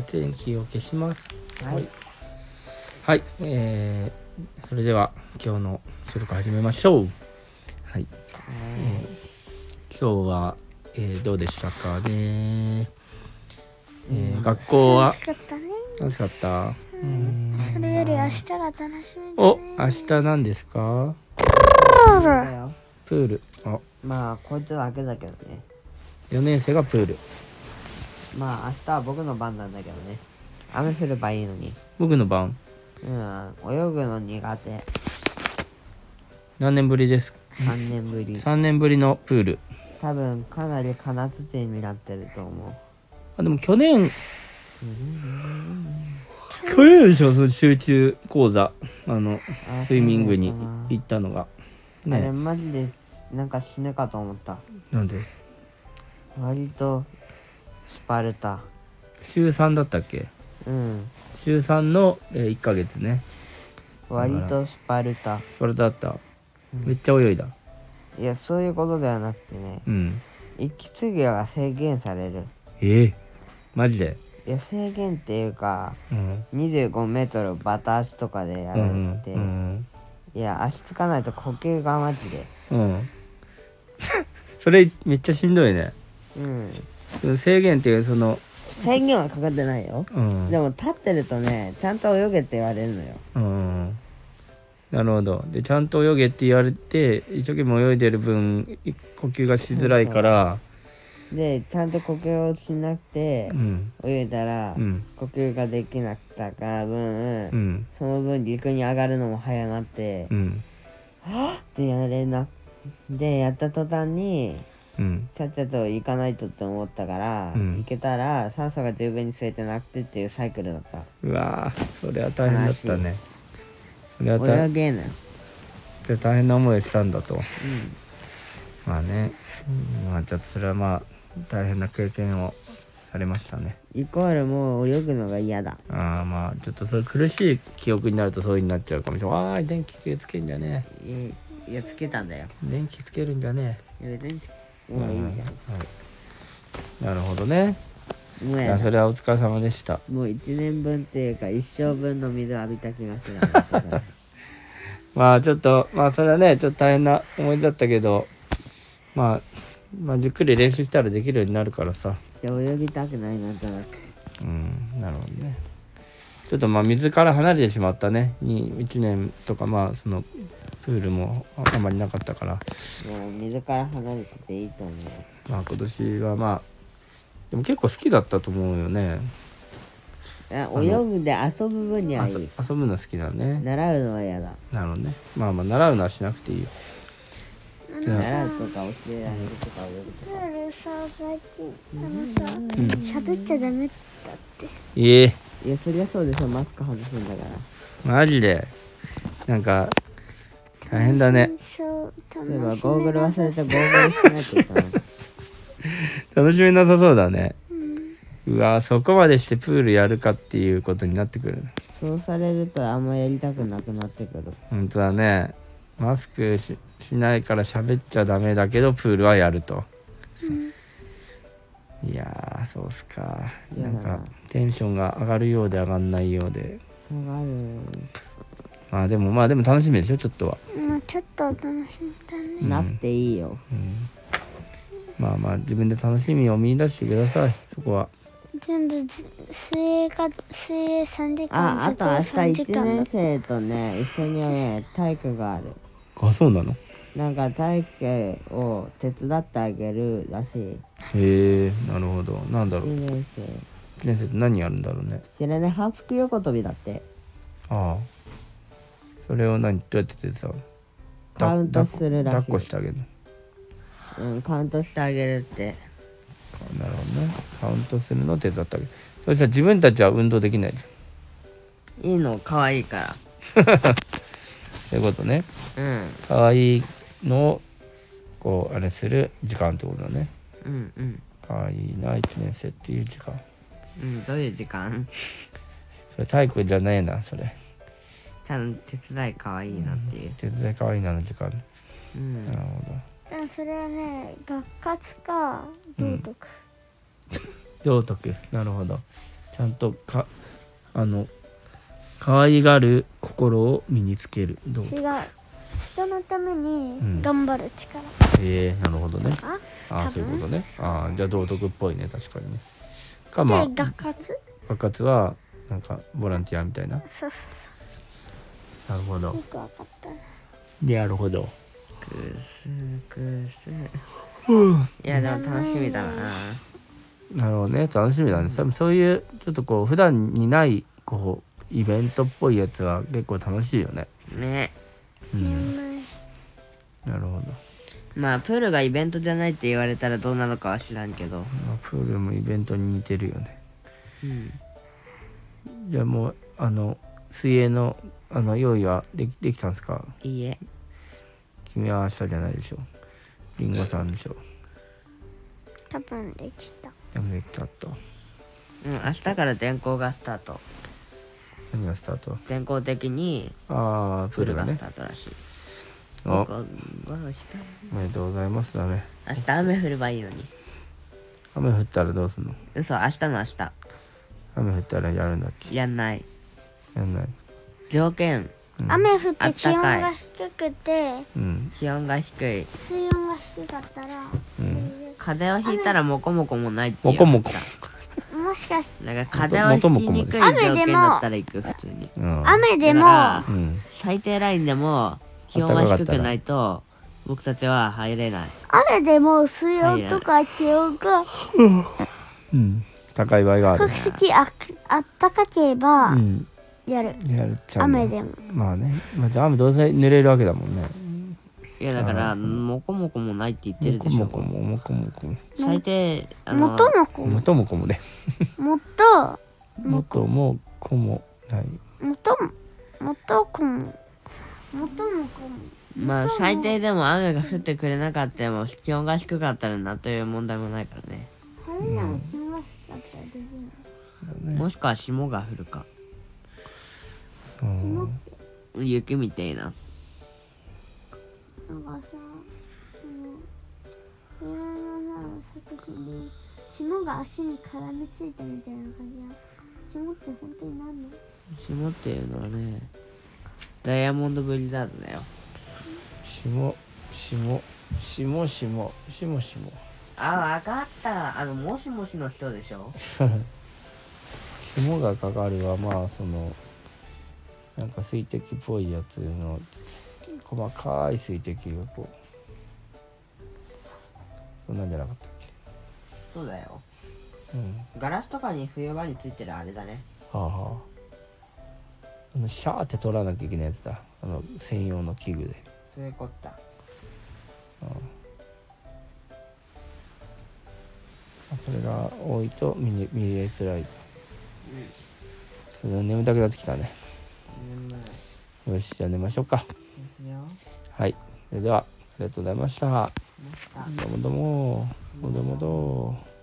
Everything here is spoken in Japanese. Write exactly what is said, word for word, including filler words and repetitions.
天気を消します。 はい、 はい、えー、それでは今日の収録始めましょう。はい、えー、今日は、えー、どうでしたかね。えー、学校は楽しかったね。 楽しかった。 うん、それより明日が楽しみだね。 お、明日何ですか？ だよ。 プール。あ、 まあこいつだけだけどね。 よねん生がプール。 まあ明日は僕の番なんだけどね。雨降ればいいのに。 僕の番。 うん、泳ぐの苦手。 何年ぶりですか？ さんねんぶり。 さんねんぶりのプール。 多分かなり過夏点になってると思う。 あ、でも去年去年でしょ、その集中講座、あのあスイミングにそうだな行ったのがあれね。 マジでなんか死ぬかと思った。 なんで割とスパルタ。 週さんだったっけ？ うん週さんの、えー、いっかげつね。 割とスパルタ。 スパルタだった。 うんめっちゃ泳いだ。 いやそういうことではなくてね、 うん息継ぎが制限される。 えー、マジで。 いや制限っていうかうんにじゅうごメートルバタ足とかでやられうんて、 うんいや足つかないと呼吸がマジでうんそれめっちゃしんどいね。 うん制限っていうその制限はかかってないよ。 うんでも立ってるとねちゃんと泳げって言われるのよ。 うんなるほど。でちゃんと泳げって言われて一生懸命泳いでる分呼吸がしづらいからでちゃんと呼吸をしなくてうん泳いだら、 うん呼吸ができなかった分、 うんその分陸に上がるのも早なって、 うんでやれなでやった途端にうんちゃっちゃと行かないとって思ったから、 うん行けたら酸素が十分に吸えてなくてっていうサイクルだった。 うわーそれは大変だったね。それは大泳げなよ。 で大変な思いをしたんだと。 うんまあね、うんまあちょっとそれはまあ大変な経験をされましたね。 イコールもう泳ぐのが嫌だ。 ああまあちょっとそれ苦しい記憶になるとそういうになっちゃうかもしれない。ああ電気つけるんじゃねいいやつけたんだよ。 え電気つけるんじゃねいや全然えもういいじゃん。 はい、なるほどね。いもうやだ。 やそれはお疲れ様でした。 もういちねんぶんっていうか一生分の水浴びた気がするんだけどまあちょっとまあそれはねちょっと大変な思い出だったけど、まあまあじっくり練習したらできるようになるからさ。 いや泳ぎたくないなんとなく。 うんなるほどね。ちょっとまあ水から離れてしまったねにいちねんとかまあそのプールもあまりなかったから、 いや水から離れてていいと思う。 まあ今年はまあでも結構好きだったと思うよね。 あ泳ぐで遊ぶ分にはいい。 遊遊ぶの好きだね。 習うのは嫌だ。 なるほどね。まあまあ習うのはしなくていいよ。じゃあ習うとか教えられるとか泳ぐとプか。 ールさ、最近あのさ、喋っちゃダメだって。 ええいやそりゃそうでしょ、マスク外すんだから。 マジでなんか大変だね。 そう、楽例えばしゴーグルめなさ忘れてゴーグルしないといけない。 楽しめなさそうだね。 うんうわそこまでしてプールやるかっていうことになってくる。 そうされるとあんまやりたくなくなってくる。 本当だね。マスク し, しないから喋っちゃダメだけどプールはやると。いやーそうっすか。なんかテンションが上がるようで上がんないようで。 下がる。 まあでもまあでも楽しみでしょちょっとは。 まあちょっと楽しみだね。 なくていいよ。 うんまあまあ自分で楽しみを見出してくださいそこは。 全部ず水泳か水泳さんじかん、 あ、あと明さんじ日いちねんかんだって。 生とね一緒にね体育がある。 あそうなの。 なんか体育を手伝ってあげるらしい。 へえなるほど。なんだろういちねん生。 いちねん生って何やるんだろうね。 知らない、反復横跳びだって。 ああそれを何どうやって手伝うの。 カウントするらしい。 抱っこしてあげるの。 うん、カウントしてあげるって。 なるほどね。カウントするのを手伝ってあげる。そしたら自分たちは運動できないじいいの、可愛いかゃんそういうことね。 ら。うん可愛いのをこうあれする時間ってことだね。 うんうん可愛いないちねん生っていう時間。 うん。どういう時間？ それ体育じゃねえなそれ。 ちゃんと手伝い可愛いなっていう。 手伝い可愛いなの時間。 うんなるほど。 でもそれはね、学活か道徳。 道徳なるほど。 ちゃんとかあの可愛がる心を身につける。どう？ 違う。人のためんに頑張る力。 えー、なるほどね。 あ、 ああ、 多分そういうことね。ああ、じゃあ道徳っぽいね、確かにね。かで、 まあ学活。 部活はなんかボランティアみたいな。 そうそうなるほどそう。よ。くわかったな。 なるほど。 くすくす。 うん。 いやでも楽しみだな。 なるほどね、楽しみだね。多分そういうちょっとこう普段にないこうイベントっぽいやつは結構楽しいよね。 ね。 うん。 眠い。 なるほど。 まあプールがイベントじゃないって言われたらどうなのかは知らんけど。 まあ、プールもイベントに似てるよね。 うん。 じゃあもうあの水泳のあの用意はできできたんですか？ いいえ。 君は明日じゃないでしょ。リンゴさんでしょ。 多分できた。 でもできたと。 うん、明日から全校がスタート。 何がスタート？ 全校的にああ、プールがねプールがス。タートらしい。 お、 僕は明日おめでとうございますだね。 明日雨降ればいいのに。 雨降ったらどうすんの？ 嘘、明日の明日。 雨降ったらやるんだっけ？ やんない。 やんない。 条件、 うん、 雨降ってあったかい気温が低くて、 うん気温が低い。 水温が低かったら、 うん。 風邪をひいたらモコモコもないっていう。 モコモコ。 もしかしてなんか風邪をひきにくい条件だったら行く、普通に。 うん。 雨でもだからうん。 最低ラインでも気温は低くないと僕たちは入れない。 雨でも水温とか気温がうん。高い場合がある。 比較的ああったかければうん。 やる。 やるっちゃうね。 雨でも。 まあね。まあ、雨どうせ濡れるわけだもんね。 いやだからあーそうモコモコもないって言ってるもでしょ。 こもこももこもこも。 最低あのもともこももともこもね。 もっともともこもない。 もとももとこももともこもまあ最低でも雨が降ってくれなかったも気温が低かったらなという問題もないからね。 晴れならしましたったらできない。 もしくは霜が降るかうん。 雪みたいな。 なんかさ、その冬のさ作品に霜が足に絡みついたみたいな感じや。霜って本当に何の？ 霜っていうのはねダイヤモンドブリザードだよ。 しもしもしもしもしもしも。 あ、わかった。あのもしもしの人でしょ。 霜がかかるはまあそのなんか水滴っぽいやつの細かい水滴がこうそんなんじゃなかったっそうだよ。 け？うん。 ガラスとかに冬場についてるあれだね。 はあはあ。あのシャーって取らなきゃいけないやつだ。あの専用の器具で。 そういうこった。 ああ、それが多いと見れ見えづらいと。それで眠たくなってきたね。 眠いよし、じゃあ寝ましょうか。 ですよ。 はい。それではありがとうございました。 ました。 どうもどうも。どうもどうも。